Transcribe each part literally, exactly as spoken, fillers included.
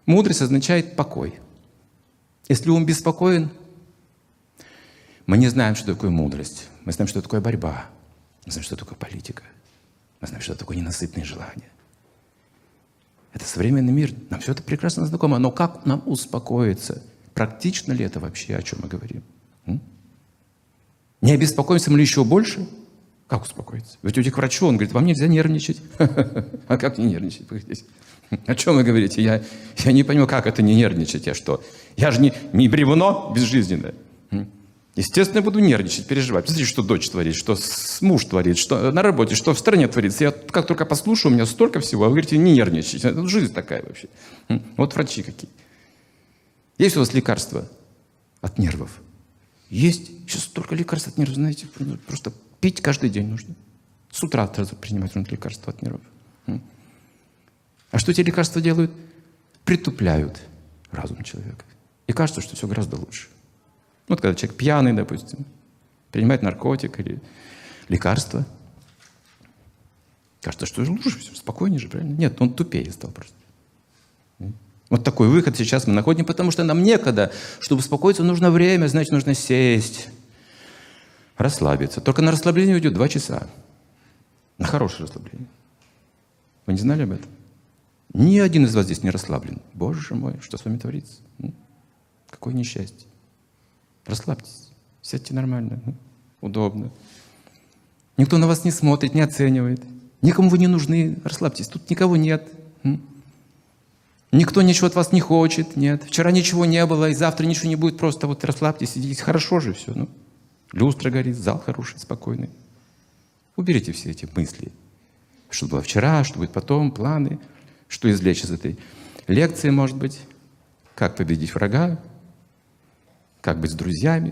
Мудрость означает покой. Если ум беспокоен, мы не знаем, что такое мудрость. Мы знаем, что такое борьба. Мы знаем, что такое политика. Мы знаем, что такое ненасытные желания. Это современный мир. Нам все это прекрасно знакомо. Но как нам успокоиться? Практично ли это вообще, о чем мы говорим? М? Не обеспокоимся мы ли еще больше? Как успокоиться? Ведь идете к врачу, он говорит, вам нельзя нервничать. А как не нервничать? О чем вы говорите? Я, я не понимаю, как это не нервничать? Я что? Я же не, не бревно безжизненное. Естественно, я буду нервничать, переживать. Посмотрите, что дочь творит, что муж творит, что на работе, что в стране творится. Я как только послушаю, у меня столько всего. А вы говорите, не нервничать. Это жизнь такая вообще. Вот врачи какие. Есть у вас лекарства от нервов? Есть. Сейчас столько лекарств от нервов, знаете, просто пить каждый день нужно. С утра сразу принимать нужно лекарства от нервов. А что эти лекарства делают? Притупляют разум человека. И кажется, что все гораздо лучше. Вот когда человек пьяный, допустим, принимает наркотик или лекарство, кажется, что лучше все, спокойнее же, правильно? Нет, он тупее стал просто. Вот такой выход сейчас мы находим, потому что нам некогда. Чтобы успокоиться, нужно время, значит, нужно сесть, расслабиться. Только на расслабление уйдет два часа. На хорошее расслабление. Вы не знали об этом? Ни один из вас здесь не расслаблен. Боже мой, что с вами творится? Какое несчастье. Расслабьтесь, сядьте нормально, удобно. Никто на вас не смотрит, не оценивает. Никому вы не нужны, расслабьтесь. Тут никого нет. Никто ничего от вас не хочет, нет. Вчера ничего не было, и завтра ничего не будет. Просто вот расслабьтесь, сидите. Хорошо же все. Ну, люстра горит, зал хороший, спокойный. Уберите все эти мысли. Что было вчера, что будет потом, планы. Что извлечь из этой лекции, может быть. Как победить врага. Как быть с друзьями?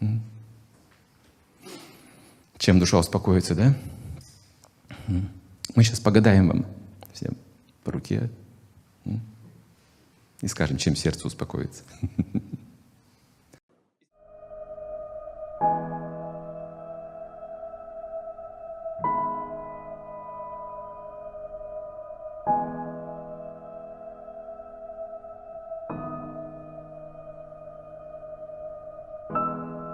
Чем душа успокоится, да? Мы сейчас погадаем вам всем по руке и скажем, чем сердце успокоится.